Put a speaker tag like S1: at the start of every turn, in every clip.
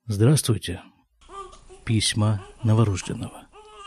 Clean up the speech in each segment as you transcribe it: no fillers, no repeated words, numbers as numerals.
S1: Здравствуйте. Письма новорожденного.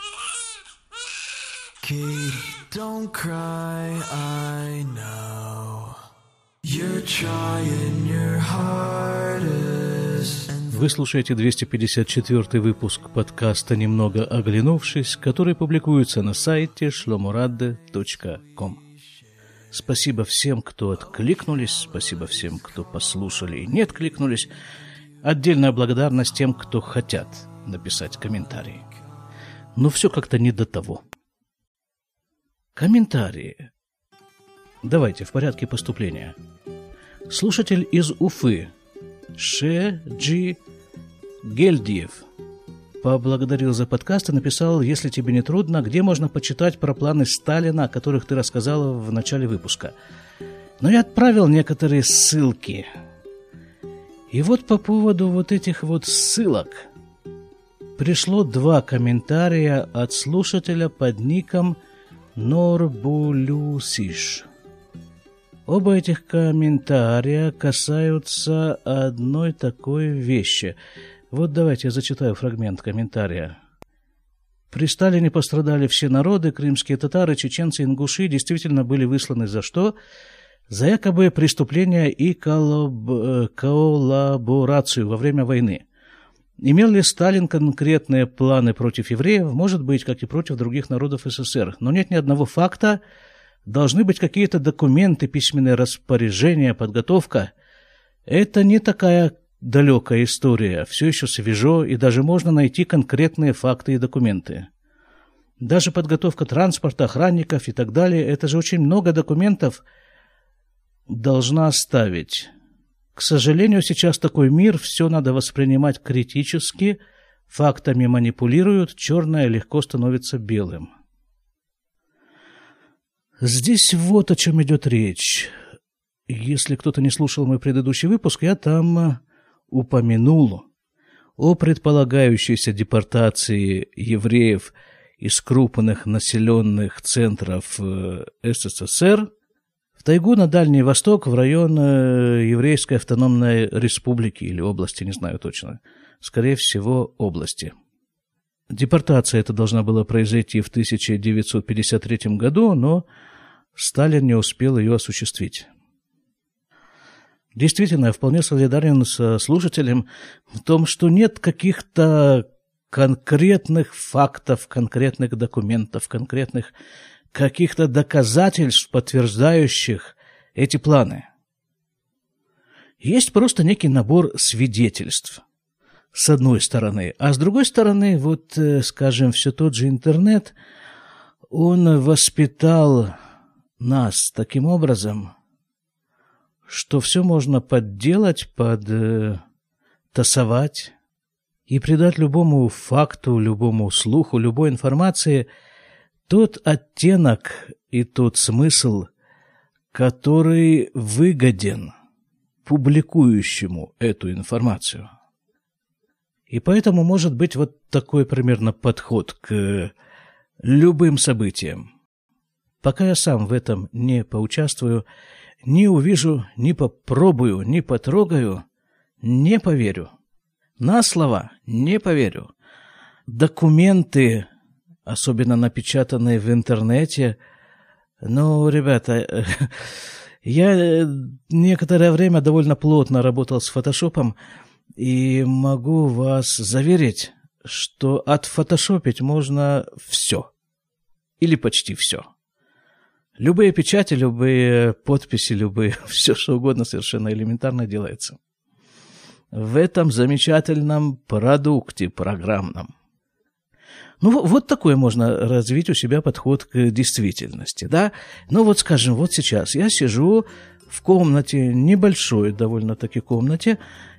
S2: Katie, don't cry, I know you're trying your hardest.
S1: Вы слушаете 254 выпуск подкаста «Немного оглянувшись», который публикуется на сайте shlomoradde.com. Спасибо всем, кто откликнулись, спасибо всем, кто послушали и не откликнулись. Отдельная благодарность тем, кто хотят написать комментарии. Но все как-то не до того. Комментарии. Давайте в порядке поступления. Слушатель из Уфы Шеджи Гельдиев поблагодарил за подкаст и написал: если тебе не трудно, где можно почитать про планы Сталина, о которых ты рассказала в начале выпуска. Но я отправил некоторые ссылки. И вот по поводу вот этих вот ссылок пришло 2 комментария от слушателя под ником Норбулюсиш. Оба этих комментария касаются одной такой вещи. Вот давайте я зачитаю фрагмент комментария. При Сталине пострадали все народы, крымские татары, чеченцы, ингуши действительно были высланы за что? За якобы преступления и коллаборацию во время войны. Имел ли Сталин конкретные планы против евреев? Может быть, как и против других народов СССР. Но нет ни одного факта. Должны быть какие-то документы, письменные распоряжения, подготовка. Это не такая далекая история. Все еще свежо, и даже можно найти конкретные факты и документы. Даже подготовка транспорта, охранников и так далее. Это же очень много документов должна оставить. К сожалению, сейчас такой мир, все надо воспринимать критически, фактами манипулируют, черное легко становится белым. Здесь вот о чем идет речь. Если кто-то не слушал мой предыдущий выпуск, я там упомянул о предполагающейся депортации евреев из крупных населенных центров СССР в тайгу на Дальний Восток, в район Еврейской автономной республики или области, не знаю точно. Скорее всего, области. Депортация эта должна была произойти в 1953 году, но Сталин не успел ее осуществить. Действительно, я вполне солидарен со слушателем в том, что нет каких-то конкретных фактов, конкретных документов, конкретных каких-то доказательств, подтверждающих эти планы. Есть просто некий набор свидетельств, с одной стороны. А с другой стороны, вот, скажем, все тот же интернет, он воспитал нас таким образом, что все можно подделать, подтасовать и придать любому факту, любому слуху, любой информации тот оттенок и тот смысл, который выгоден публикующему эту информацию. И поэтому может быть вот такой примерно подход к любым событиям. Пока я сам в этом не поучаствую, не увижу, не попробую, не потрогаю, не поверю. На слова не поверю. Документы, особенно напечатанные в интернете. Ну, ребята, я некоторое время довольно плотно работал с фотошопом, и могу вас заверить, что отфотошопить можно все. Или почти все. Любые печати, любые подписи, любые, все что угодно совершенно элементарно делается. В этом замечательном продукте программном. Ну, вот такой можно развить у себя подход к действительности, да? Ну, вот, скажем, вот сейчас я сижу в комнате, небольшой довольно-таки комнате,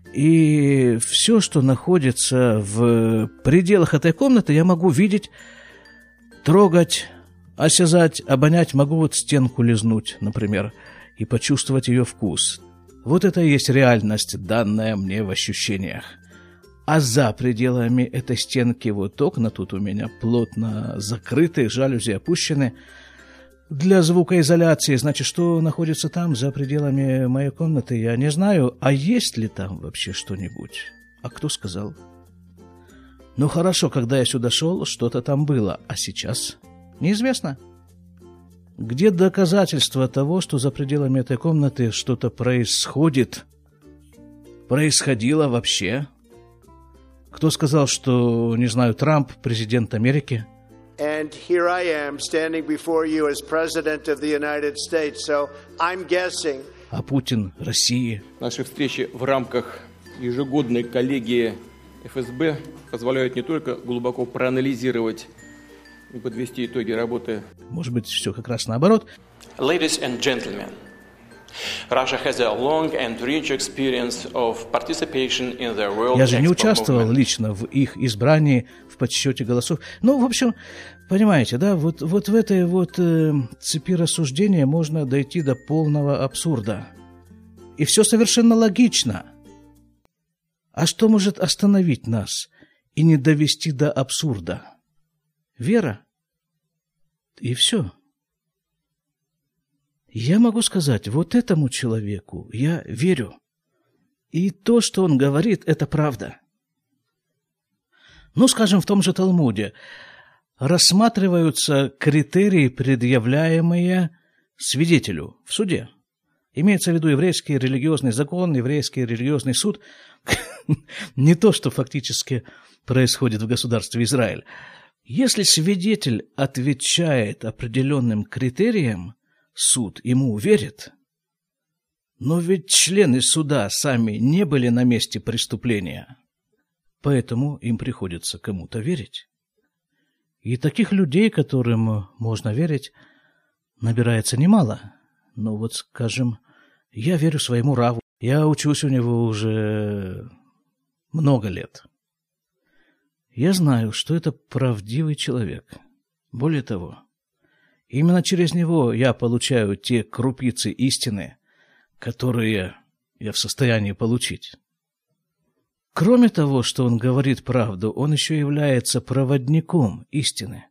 S1: и все, что находится в пределах этой комнаты, я могу видеть, трогать, осязать, обонять, могу вот стенку лизнуть, например, и почувствовать ее вкус. Вот это и есть реальность, данная мне в ощущениях. А за пределами этой стенки вот окна тут у меня плотно закрыты, жалюзи опущены для звукоизоляции. Значит, что находится там, за пределами моей комнаты, я не знаю. А есть ли там вообще что-нибудь? А кто сказал? Ну хорошо, когда я сюда шел, что-то там было, а сейчас неизвестно. Где доказательства того, что за пределами этой комнаты что-то происходит? Происходило вообще? Кто сказал, что, не знаю, Трамп президент Америки?
S3: And here I am standing before you as President of the United States, so I'm guessing.
S1: А Путин России?
S4: Наши встречи в рамках ежегодной коллегии ФСБ позволяют не только глубоко проанализировать и подвести итоги работы.
S1: Может быть, все как раз наоборот.
S5: Ladies and gentlemen, Russia has a long and rich experience of participation in the World Expo Movement.
S1: Я же не участвовал лично в их избрании, в подсчете голосов. Ну, в общем, понимаете, да, вот в этой вот цепи рассуждения можно дойти до полного абсурда. И все совершенно логично. А что может остановить нас и не довести до абсурда? Вера. И все. Я могу сказать, вот этому человеку я верю. И то, что он говорит, это правда. Ну, скажем, в том же Талмуде рассматриваются критерии, предъявляемые свидетелю в суде. Имеется в виду еврейский религиозный закон, еврейский религиозный суд. Не то, что фактически происходит в государстве Израиль. Если свидетель отвечает определенным критериям, суд ему верит. Но ведь члены суда сами не были на месте преступления. Поэтому им приходится кому-то верить. И таких людей, которым можно верить, набирается немало. Но вот, скажем, я верю своему Раву. Я учусь у него уже много лет. Я знаю, что это правдивый человек. Более того, именно через него я получаю те крупицы истины, которые я в состоянии получить. Кроме того, что он говорит правду, он еще является проводником истины.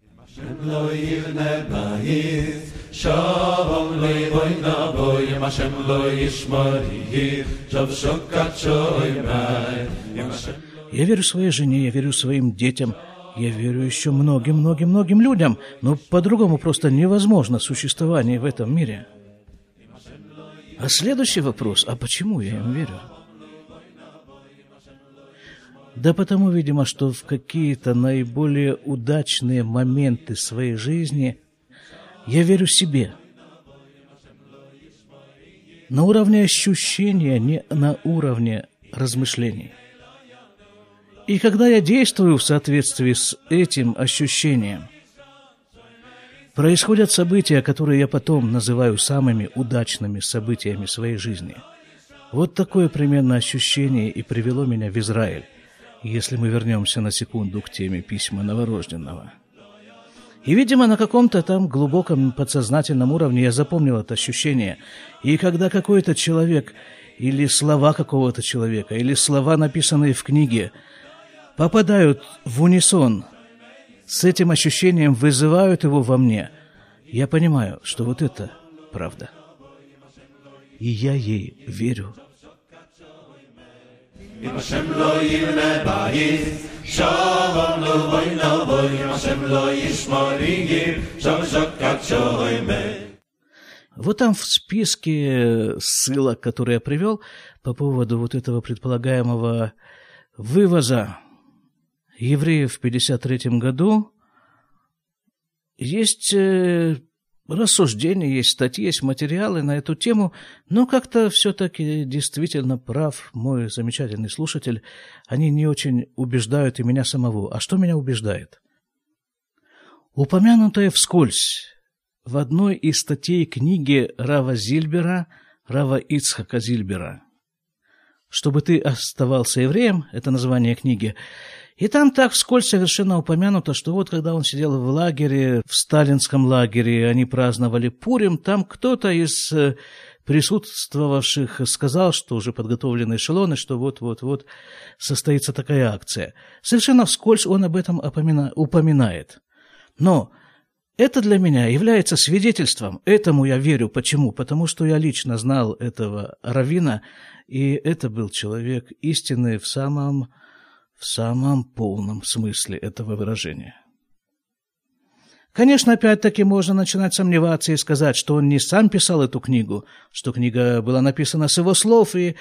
S1: Я верю своей жене, я верю своим детям, я верю еще многим людям, но по-другому просто невозможно существование в этом мире. А следующий вопрос, а почему я им верю? Да потому, видимо, что в какие-то наиболее удачные моменты своей жизни я верю себе. На уровне ощущения, не на уровне размышлений. И когда я действую в соответствии с этим ощущением, происходят события, которые я потом называю самыми удачными событиями своей жизни. Вот такое примерно ощущение и привело меня в Израиль, если мы вернемся на секунду к теме письма новорожденного. И, видимо, на каком-то там глубоком подсознательном уровне я запомнил это ощущение. И когда какой-то человек, или слова какого-то человека, или слова, написанные в книге, попадают в унисон с этим ощущением, вызывают его во мне, я понимаю, что вот это правда. И я ей верю. Вот там в списке ссылок, которые я привел по поводу вот этого предполагаемого вывоза евреев в 1953 году, есть рассуждения, есть статьи, есть материалы на эту тему, но как-то все-таки действительно прав мой замечательный слушатель. Они не очень убеждают и меня самого. А что меня убеждает? Упомянутое вскользь в одной из статей книги Рава Зильбера, Рава Ицхака Зильбера, «Чтобы ты оставался евреем», это название книги. И там так вскользь совершенно упомянуто, что вот когда он сидел в лагере, в сталинском лагере, они праздновали Пурим, там кто-то из присутствовавших сказал, что уже подготовлены эшелоны, что вот-вот-вот состоится такая акция. Совершенно вскользь он об этом упоминает. Но Это для меня является свидетельством. Этому я верю. Почему? Потому что я лично знал этого раввина, и это был человек истинный в самом полном смысле этого выражения. Конечно, опять-таки можно начинать сомневаться и сказать, что он не сам писал эту книгу, что книга была написана с его слов, и,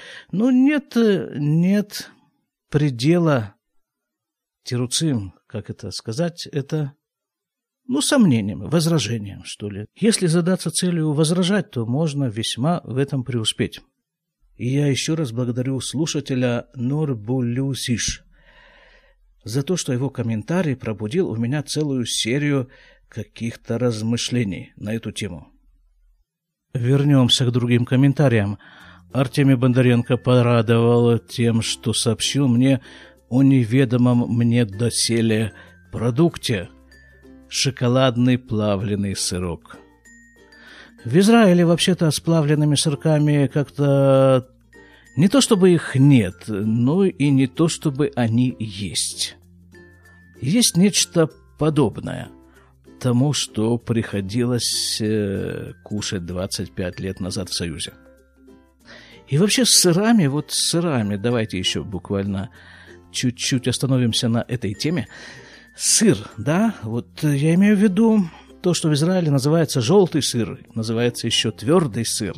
S1: нет предела тируцим, как это сказать, это, сомнением, возражением, что ли. Если задаться целью возражать, то можно весьма в этом преуспеть. И я еще раз благодарю слушателя Норбулюсиш за то, что его комментарий пробудил у меня целую серию каких-то размышлений на эту тему. Вернемся к другим комментариям. Артемий Бондаренко порадовал тем, что сообщил мне о неведомом мне доселе продукте – шоколадный плавленый сырок. В Израиле вообще-то с плавленными сырками как-то не то чтобы их нет, но и не то чтобы они есть. Есть нечто подобное тому, что приходилось кушать 25 лет назад в Союзе. И вообще с сырами, давайте еще буквально чуть-чуть остановимся на этой теме. Сыр, да, я имею в виду то, что в Израиле называется желтый сыр, называется еще твердый сыр.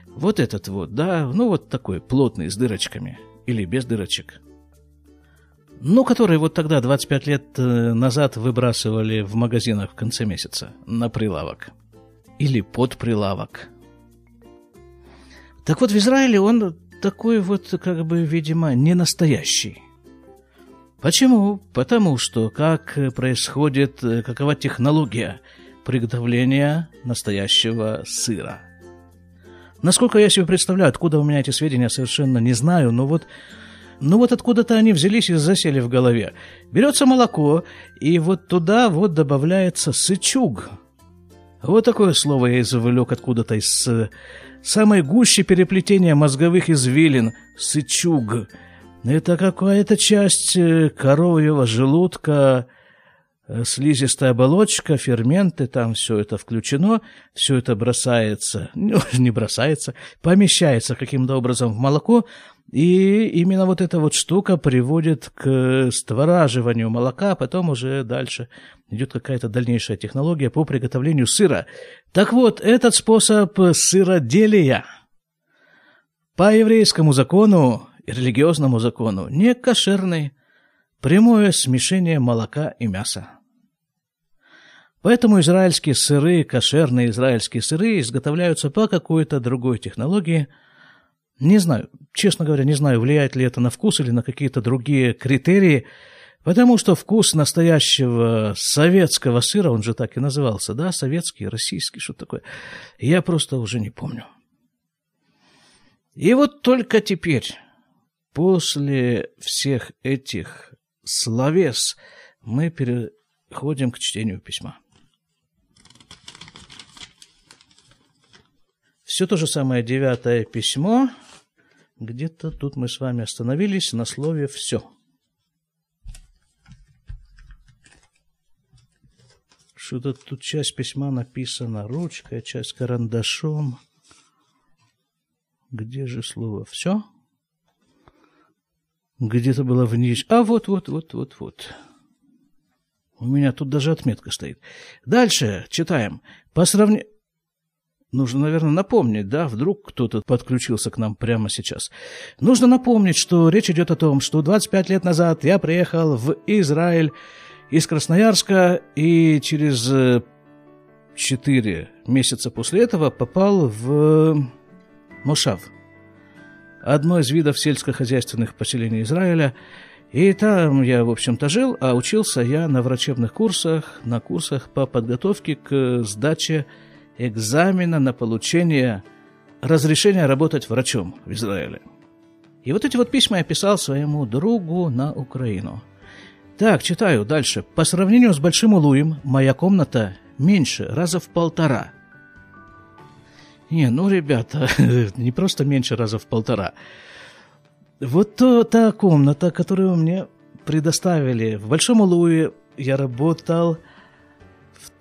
S1: Такой плотный, с дырочками, или без дырочек. Который тогда, 25 лет назад, выбрасывали в магазинах в конце месяца на прилавок. Или под прилавок. Так вот, в Израиле он такой видимо, не настоящий. Почему? Потому что какова технология приготовления настоящего сыра. Насколько я себе представляю, откуда у меня эти сведения, совершенно не знаю, но откуда-то они взялись и засели в голове. Берется молоко, и туда добавляется сычуг. Вот такое слово я извлек откуда-то из самой гущи переплетения мозговых извилин. Сычуг. Это какая-то часть коровьего желудка, слизистая оболочка, ферменты, там все это включено, все это помещается каким-то образом в молоко, и именно эта штука приводит к створаживанию молока, а потом уже дальше идет какая-то дальнейшая технология по приготовлению сыра. Так вот, этот способ сыроделия по еврейскому закону, религиозному закону, не кошерный, прямое смешение молока и мяса. Поэтому израильские сыры, кошерные израильские сыры изготовляются по какой-то другой технологии. Не знаю, честно говоря, не знаю, влияет ли это на вкус или на какие-то другие критерии, потому что вкус настоящего советского сыра, он же так и назывался, да, советский, российский, что такое, я просто уже не помню. И только теперь, после всех этих словес, мы переходим к чтению письма. Все то же самое 9 письмо. Где-то тут мы с вами остановились на слове «все». Что-то тут часть письма написана ручкой, часть карандашом. Где же слово «все»? Где-то было вниз. Вот. У меня тут даже отметка стоит. Дальше читаем. Нужно, наверное, напомнить, да, вдруг кто-то подключился к нам прямо сейчас. Нужно напомнить, что речь идет о том, что 25 лет назад я приехал в Израиль из Красноярска и через 4 месяца после этого попал в Мошав, одно из видов сельскохозяйственных поселений Израиля. И там я, в общем-то, жил, а учился я на врачебных курсах, на курсах по подготовке к сдаче экзамена на получение разрешения работать врачом в Израиле. И эти письма я писал своему другу на Украину. Так, читаю дальше. По сравнению с Большим Улуем, моя комната меньше, раза в 1,5. Ребята, не просто меньше, раза в 1,5. Та комната, которую мне предоставили в Большом Улуе, я работал В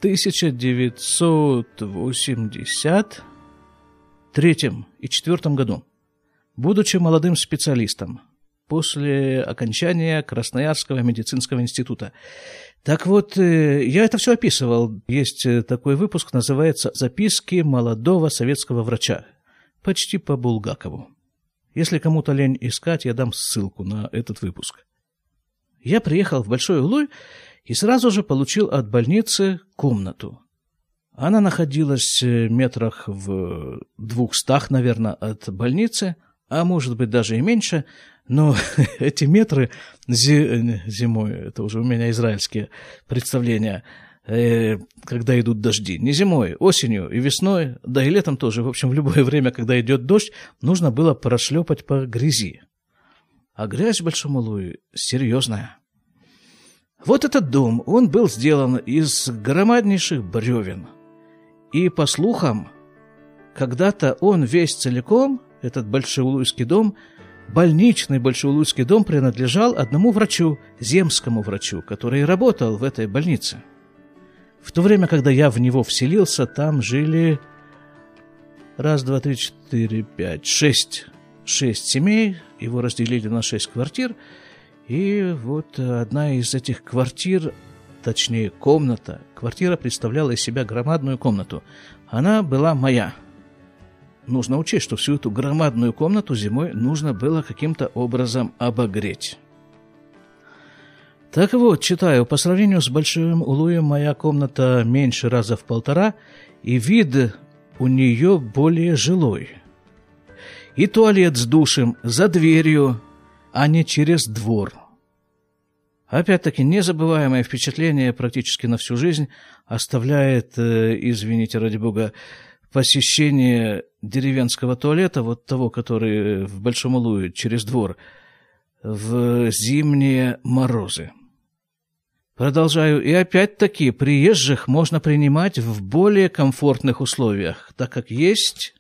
S1: 1983 и 1984 году, будучи молодым специалистом, после окончания Красноярского медицинского института. Так вот, я это все описывал. Есть такой выпуск, называется «Записки молодого советского врача». Почти по Булгакову. Если кому-то лень искать, я дам ссылку на этот выпуск. Я приехал в Большой Улуй и сразу же получил от больницы комнату. Она находилась метрах в 200, наверное, от больницы, а может быть даже и меньше, но эти метры зимой, это уже у меня израильские представления, когда идут дожди, не зимой, осенью и весной, да и летом тоже, в общем, в любое время, когда идет дождь, нужно было прошлепать по грязи. А грязь в Большом Улуе серьезная. Вот этот дом, он был сделан из громаднейших бревен. И, по слухам, когда-то он весь целиком, этот Большеулуйский дом, больничный Большеулуйский дом, принадлежал одному врачу, земскому врачу, который работал в этой больнице. В то время, когда я в него вселился, там жили 6 семей, его разделили на 6 квартир, и вот одна из этих квартир, точнее квартира представляла из себя громадную комнату. Она была моя. Нужно учесть, что всю эту громадную комнату зимой нужно было каким-то образом обогреть. Так вот, читаю, по сравнению с Большим Улуем моя комната меньше раза в 1,5, и вид у нее более жилой. И туалет с душем за дверью, а не через двор. Опять-таки, незабываемое впечатление практически на всю жизнь оставляет, извините ради бога, посещение деревенского туалета, вот того, который в Большом Улуе через двор, в зимние морозы. Продолжаю. И опять-таки, приезжих можно принимать в более комфортных условиях, так как есть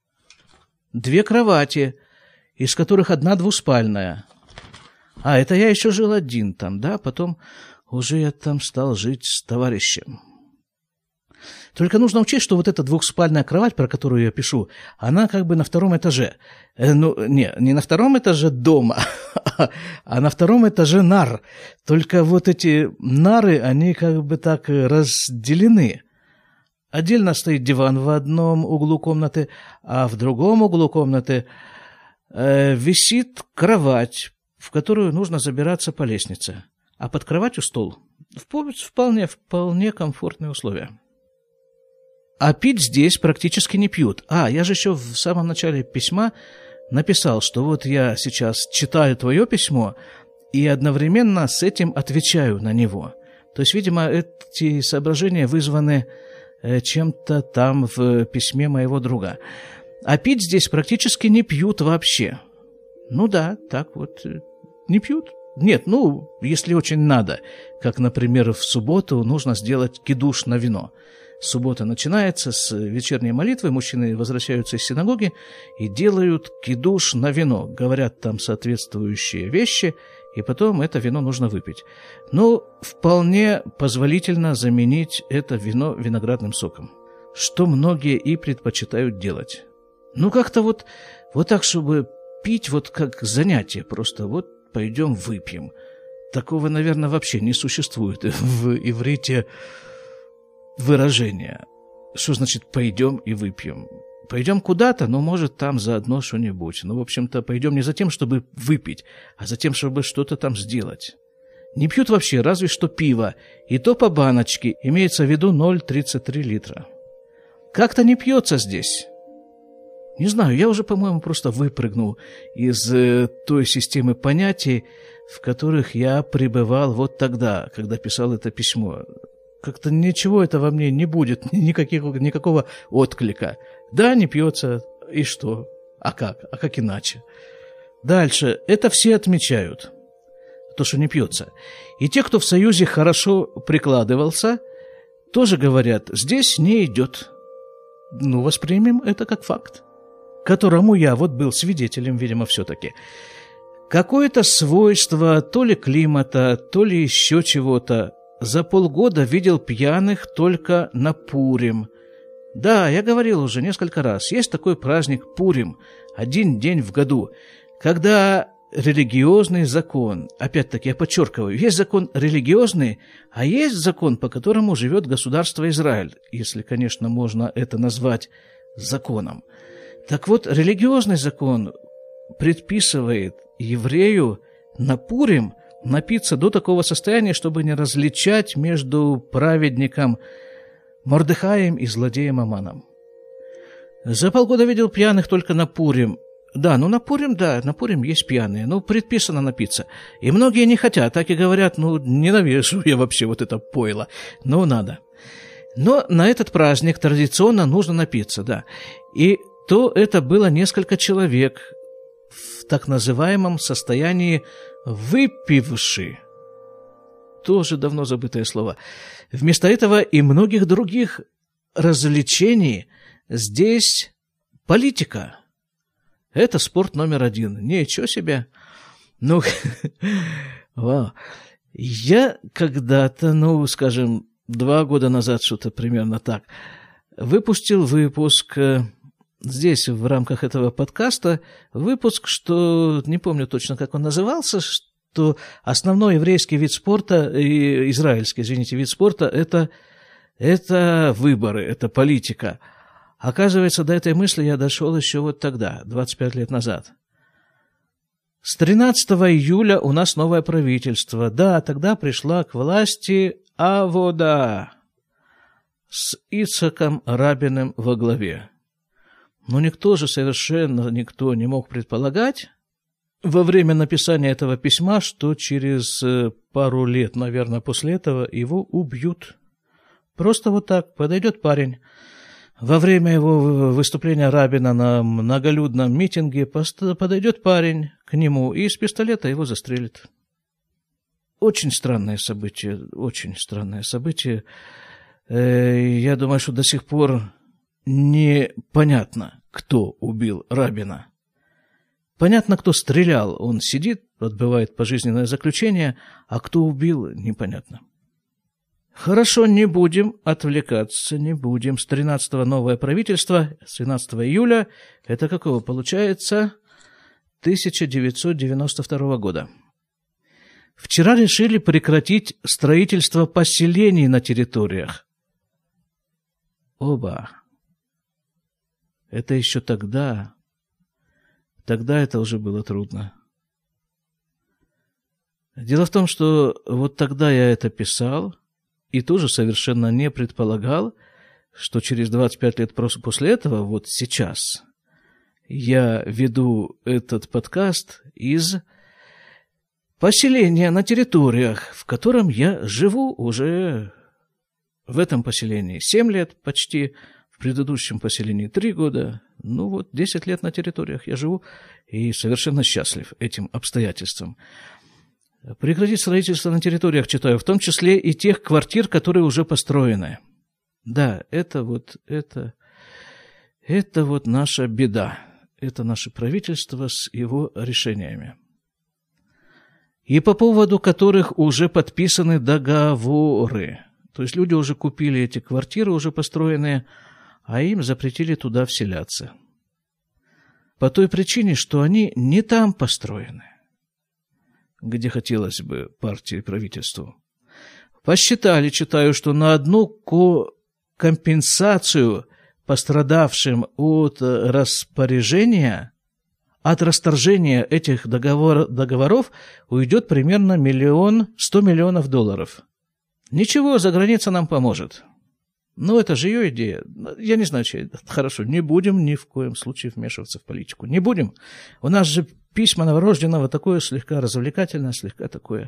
S1: 2 кровати, из которых одна двуспальная. А, это я еще жил один там, да, потом уже я там стал жить с товарищем. Только нужно учесть, что вот эта двухспальная кровать, про которую я пишу, она как бы на 2 этаже. Не на 2 этаже дома, а на 2 этаже нар. Только вот эти нары, они как бы так разделены. Отдельно стоит диван в одном углу комнаты, а в другом углу комнаты висит кровать, в которую нужно забираться по лестнице. А под кроватью стол. Вполне комфортные условия. А пить здесь практически не пьют. Я же еще в самом начале письма написал, что вот я сейчас читаю твое письмо и одновременно с этим отвечаю на него. То есть, видимо, эти соображения вызваны чем-то там в письме моего друга. А пить здесь практически не пьют вообще. Ну да, так вот, не пьют. Нет, если очень надо, как, например, в субботу нужно сделать кидуш на вино. Суббота начинается с вечерней молитвы, мужчины возвращаются из синагоги и делают кидуш на вино, говорят там соответствующие вещи, и потом это вино нужно выпить. Вполне позволительно заменить это вино виноградным соком, что многие и предпочитают делать. Как-то вот так, чтобы пить вот как занятие, просто вот пойдем выпьем. Такого, наверное, вообще не существует в иврите выражения. Что значит «пойдем и выпьем»? Пойдем куда-то, может, там заодно что-нибудь. В общем-то, пойдем не за тем, чтобы выпить, а за тем, чтобы что-то там сделать. Не пьют вообще, разве что пиво, и то по баночке, имеется в виду 0,33 литра. Как-то не пьется здесь. Не знаю, я уже, по-моему, просто выпрыгнул из той системы понятий, в которых я пребывал вот тогда, когда писал это письмо. Как-то ничего это во мне не будет, никакого отклика. Да, не пьется, и что? А как? А как иначе? Дальше. Это все отмечают, то, что не пьется. И те, кто в Союзе хорошо прикладывался, тоже говорят, здесь не идет. Воспримем это как факт, которому я был свидетелем, видимо, все-таки. Какое-то свойство то ли климата, то ли еще чего-то за полгода видел пьяных только на Пурим. Да, я говорил уже несколько раз, есть такой праздник Пурим, один день в году, когда религиозный закон, опять-таки я подчеркиваю, есть закон религиозный, а есть закон, по которому живет государство Израиль, если, конечно, можно это назвать законом. Так вот, религиозный закон предписывает еврею на Пурим напиться до такого состояния, чтобы не различать между праведником Мордехаем и злодеем Аманом. За полгода видел пьяных только на Пурим. Да, на Пурим есть пьяные, предписано напиться. И многие не хотят, так и говорят, ненавижу я вообще вот это пойло, надо. Но на этот праздник традиционно нужно напиться, да. И то это было несколько человек в так называемом состоянии выпивши. Тоже давно забытое слово. Вместо этого и многих других развлечений здесь политика. Это спорт номер один. Ничего себе. Вау. Я когда-то, 2 года назад, что-то примерно так, выпустил выпуск здесь, в рамках этого подкаста, выпуск, что, не помню точно, как он назывался, что основной еврейский вид спорта, израильский, вид спорта, это выборы, это политика. Оказывается, до этой мысли я дошел еще вот тогда, 25 лет назад. С 13 июля у нас новое правительство. Да, тогда пришла к власти Авода с Ицхаком Рабиным во главе. Но совершенно никто не мог предполагать во время написания этого письма, что через пару лет, наверное, после этого его убьют. Просто вот так подойдет парень. Во время его выступления Рабина на многолюдном митинге подойдет парень к нему и из пистолета его застрелит. Очень странное событие, очень странное событие. Я думаю, что до сих пор непонятно, кто убил Рабина. Понятно, кто стрелял. Он сидит, отбывает пожизненное заключение, а кто убил, непонятно. Хорошо, не будем отвлекаться, не будем. С 13-го новое правительство, с 13 июля, это какого получается? 1992 года. Вчера решили прекратить строительство поселений на территориях. Оба. Это еще тогда. Тогда это уже было трудно. Дело в том, что вот тогда я это писал, и тоже совершенно не предполагал, что через 25 лет после этого, вот сейчас, я веду этот подкаст из поселения на территориях, в котором я живу уже в этом поселении 7 лет почти, в предыдущем поселении 3 года, 10 лет на территориях я живу и совершенно счастлив этим обстоятельством. Прекратить строительство на территориях, читаю, в том числе и тех квартир, которые уже построены. Да, это вот наша беда. Это наше правительство с его решениями. И по поводу которых уже подписаны договоры. То есть люди уже купили эти квартиры, уже построенные, а им запретили туда вселяться. По той причине, что они не там построены, где хотелось бы партии и правительству. Посчитали, читаю, что на одну компенсацию пострадавшим от распоряжения, от расторжения этих договоров уйдет примерно $100 миллионов. Ничего, за граница нам поможет. Это же ее идея. Я не знаю, чья. Хорошо, не будем ни в коем случае вмешиваться в политику. Не будем. У нас же письма новорожденного такое слегка развлекательное, слегка такое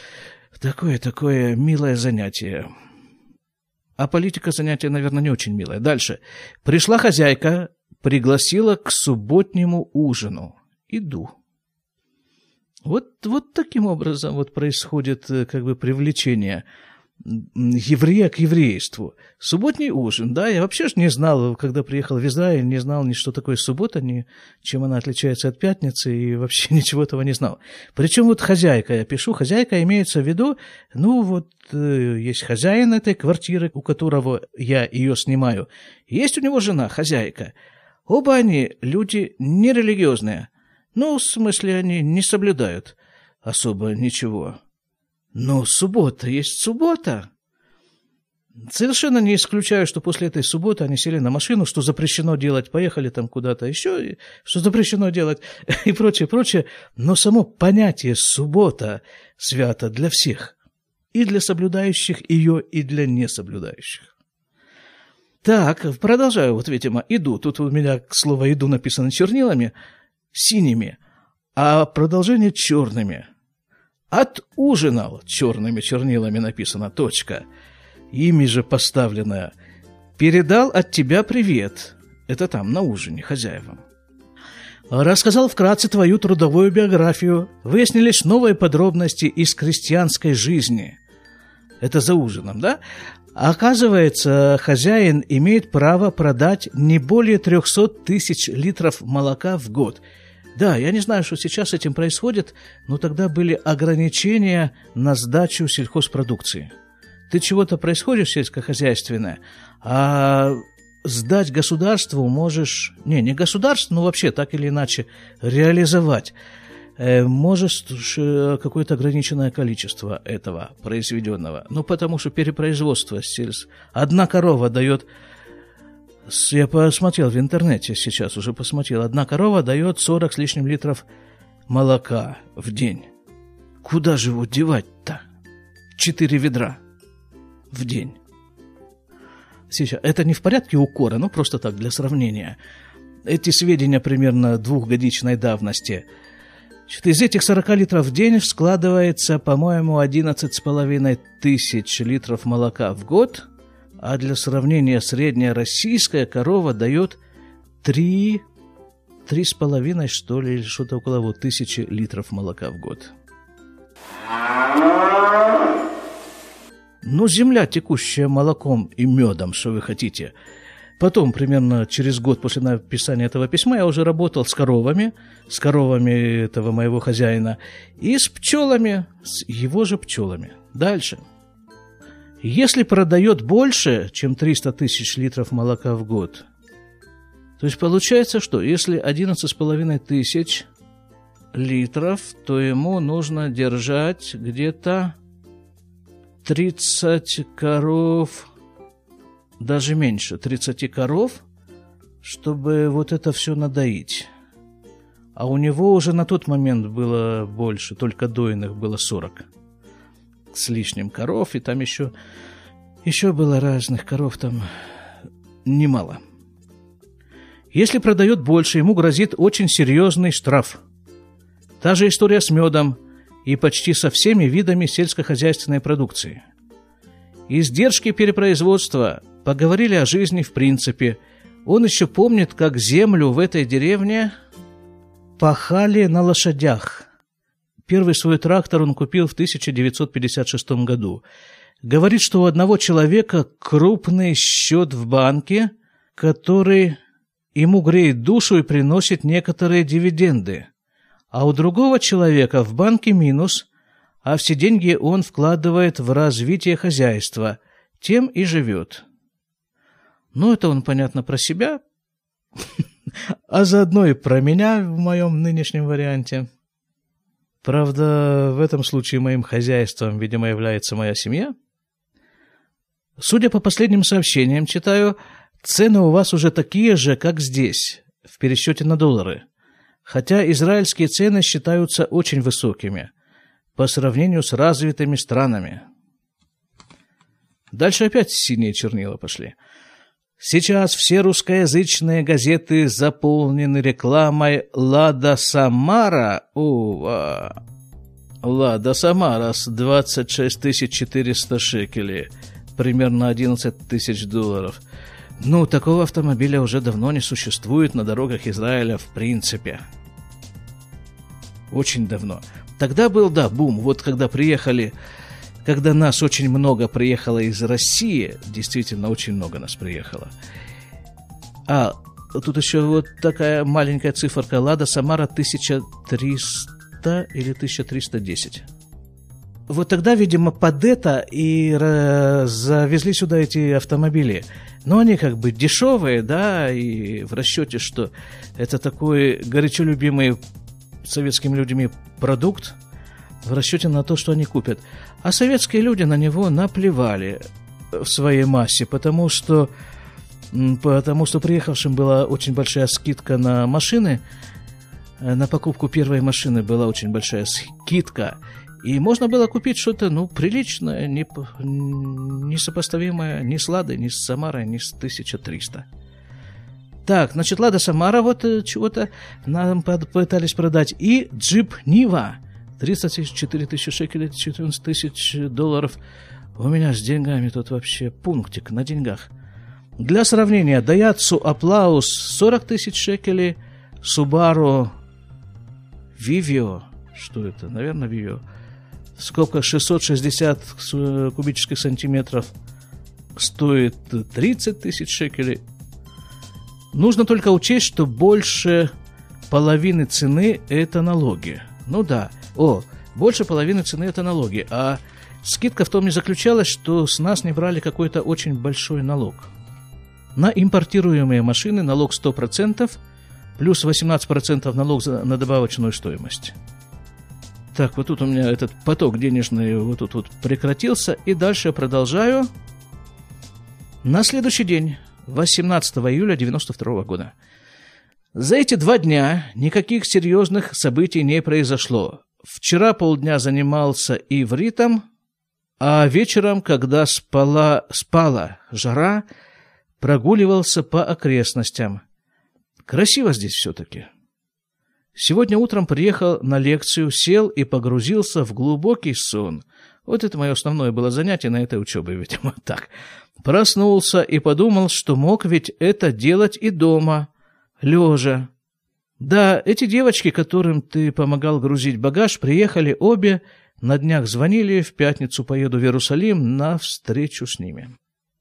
S1: милое занятие. А политика занятие, наверное, не очень милое. Дальше. Пришла хозяйка, пригласила к субботнему ужину. Иду. Вот таким образом происходит привлечение еврея к еврейству. Субботний ужин, да, я вообще же не знал, когда приехал в Израиль, не знал ни что такое суббота, ни чем она отличается от пятницы, и вообще ничего этого не знал. Причем вот хозяйка, я пишу, хозяйка имеется в виду, ну вот есть хозяин этой квартиры, у которого я ее снимаю, есть у него жена, хозяйка. Оба они люди нерелигиозные, ну, в смысле, они не соблюдают особо ничего. Но суббота есть суббота. Совершенно не исключаю, что после этой субботы они сели на машину, что запрещено делать, поехали там куда-то еще, что запрещено делать и прочее, прочее. Но само понятие суббота свято для всех. И для соблюдающих ее, и для несоблюдающих. Так, продолжаю. Вот, видимо, иду. Тут у меня слово «иду» написано чернилами, синими, а продолжение черными. Отужинал, черными чернилами написано, точка. Ими же поставленное. Передал от тебя привет. Это там, на ужине, хозяевам. Рассказал вкратце твою трудовую биографию. Выяснились новые подробности из крестьянской жизни. Это за ужином, да? Оказывается, хозяин имеет право продать не более 300 тысяч литров молока в год. Да, я не знаю, что сейчас с этим происходит, но тогда были ограничения на сдачу сельхозпродукции. Ты чего-то происходишь сельскохозяйственное, а сдать государству можешь... Не государству, но вообще так или иначе реализовать. Можешь какое-то ограниченное количество этого произведенного. Ну, потому что перепроизводство. Одна корова дает... Я посмотрел в интернете сейчас, уже посмотрел. Одна корова дает 40 с лишним литров молока в день. Куда же его девать-то? 4 ведра в день. Сейчас. Это не в порядке укора, но просто так, для сравнения. Эти сведения примерно 2-годичной давности. Из этих 40 литров в день складывается, по-моему, 11,5 тысяч литров молока в год. А для сравнения, средняя российская корова дает 3,5, что ли, или что-то около тысячи литров молока в год. Ну, земля, текущая молоком и медом, что вы хотите. Потом, примерно через год после написания этого письма, я уже работал с коровами этого моего хозяина, и с пчелами, с его же пчелами. Дальше. Если продает больше, чем 300 тысяч литров молока в год, то есть получается, что если 11,5 тысяч литров, то ему нужно держать где-то 30 коров, даже меньше, 30 коров, чтобы вот это все надоить. А у него уже на тот момент было больше, только дойных было 40 с лишним коров, и там еще было разных коров, там немало. Если продает больше, ему грозит очень серьезный штраф. Та же история с медом и почти со всеми видами сельскохозяйственной продукции. Издержки перепроизводства, поговорили о жизни в принципе. Он еще помнит, как землю в этой деревне пахали на лошадях. Первый свой трактор он купил в 1956 году. Говорит, что у одного человека крупный счет в банке, который ему греет душу и приносит некоторые дивиденды. А у другого человека в банке минус, а все деньги он вкладывает в развитие хозяйства, тем и живет. Ну, это он, понятно, про себя, а заодно и про меня в моем нынешнем варианте. Правда, в этом случае моим хозяйством, видимо, является моя семья. Судя по последним сообщениям, читаю, цены у вас уже такие же, как здесь, в пересчете на доллары. Хотя израильские цены считаются очень высокими по сравнению с развитыми странами. Дальше опять синие чернила пошли. Сейчас все русскоязычные газеты заполнены рекламой «Лада Самара». «Лада Самара» с 26 400 шекелей, примерно 11 тысяч долларов. Ну, такого автомобиля уже давно не существует на дорогах Израиля в принципе. Очень давно. Тогда был, да, бум. Вот когда приехали когда нас очень много приехало из России, действительно очень много нас приехало. А тут еще вот такая маленькая циферка. Лада Самара 1300 или 1310. Вот тогда, видимо, под это и завезли сюда эти автомобили. Но они как бы дешевые, да, и в расчете, что это такой горячо любимый советскими людьми продукт, в расчете на то, что они купят. А советские люди на него наплевали в своей массе, потому что приехавшим была очень большая скидка на машины. На покупку первой машины была очень большая скидка. И можно было купить что-то, приличное, несопоставимое ни с Ладой, ни с Самарой, ни с 1300. Так, значит, Лада Самара вот чего-то нам пытались продать. И джип Нива. 34 тысячи шекелей, 14 тысяч долларов. У меня с деньгами тут вообще пунктик на деньгах. Для сравнения, Daihatsu Aplaus 40 тысяч шекелей, Subaru Vivio, что это? Наверное, Vivio. В скобках 660 кубических сантиметров, стоит 30 тысяч шекелей. Нужно только учесть, что больше половины цены – это налоги. Ну да, больше половины цены – это налоги. А скидка в том и заключалась, что с нас не брали какой-то очень большой налог. На импортируемые машины налог 100%, плюс 18% налог на добавочную стоимость. Так, вот тут у меня этот поток денежный вот тут вот прекратился. И дальше продолжаю. На следующий день, 18 июля 1992 года. За эти 2 дня никаких серьезных событий не произошло. Вчера полдня занимался ивритом, а вечером, когда спала жара, прогуливался по окрестностям. Красиво здесь все-таки. Сегодня утром приехал на лекцию, сел и погрузился в глубокий сон. Вот это мое основное было занятие на этой учебе, видимо, так. Проснулся и подумал, что мог ведь это делать и дома, лежа. Да, эти девочки, которым ты помогал грузить багаж, приехали обе, на днях звонили, в пятницу поеду в Иерусалим на встречу с ними.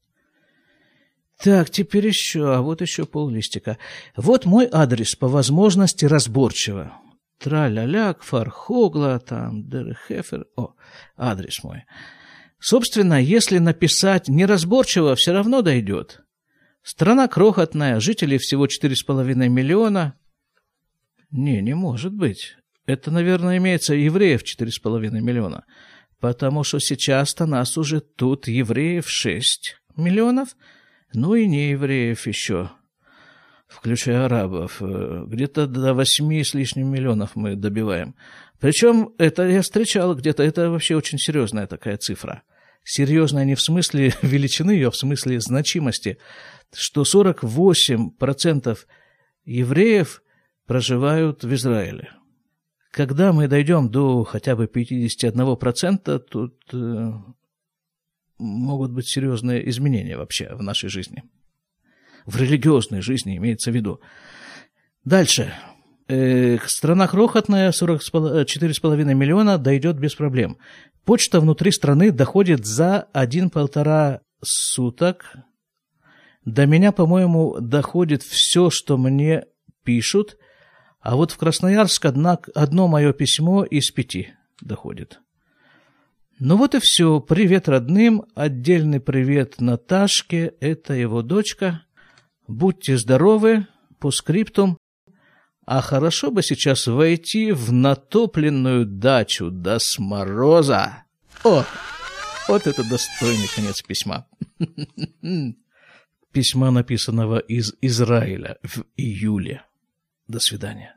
S1: Так, теперь вот еще пол-листика. Вот мой адрес, по возможности разборчиво. Тра-ля-ля, Кфар-Хогла, там, Дер-Хефер. Адрес мой. Собственно, если написать неразборчиво, все равно дойдет. Страна крохотная, жителей всего 4,5 миллиона. Не может быть. Это, наверное, имеется евреев 4,5 миллиона. Потому что сейчас-то нас уже тут евреев 6 миллионов. И не евреев еще, включая арабов. Где-то до 8 с лишним миллионов мы добиваем. Причем это я встречал где-то, это вообще очень серьезная такая цифра. Серьезная не в смысле величины ее, а в смысле значимости, что 48% евреев проживают в Израиле. Когда мы дойдем до хотя бы 51%, тут могут быть серьезные изменения вообще в нашей жизни. В религиозной жизни имеется в виду. Дальше. Страна крохотная, 4,5 миллиона, дойдет без проблем. Почта внутри страны доходит за 1,5 суток. До меня, по-моему, доходит все, что мне пишут. А вот в Красноярск одно мое письмо из 5 доходит. Вот и все. Привет родным. Отдельный привет Наташке. Это его дочка. Будьте здоровы. По скриптум. А хорошо бы сейчас войти в натопленную дачу до смороза. Вот это достойный конец письма. Письма, написанного из Израиля в июле. До свидания.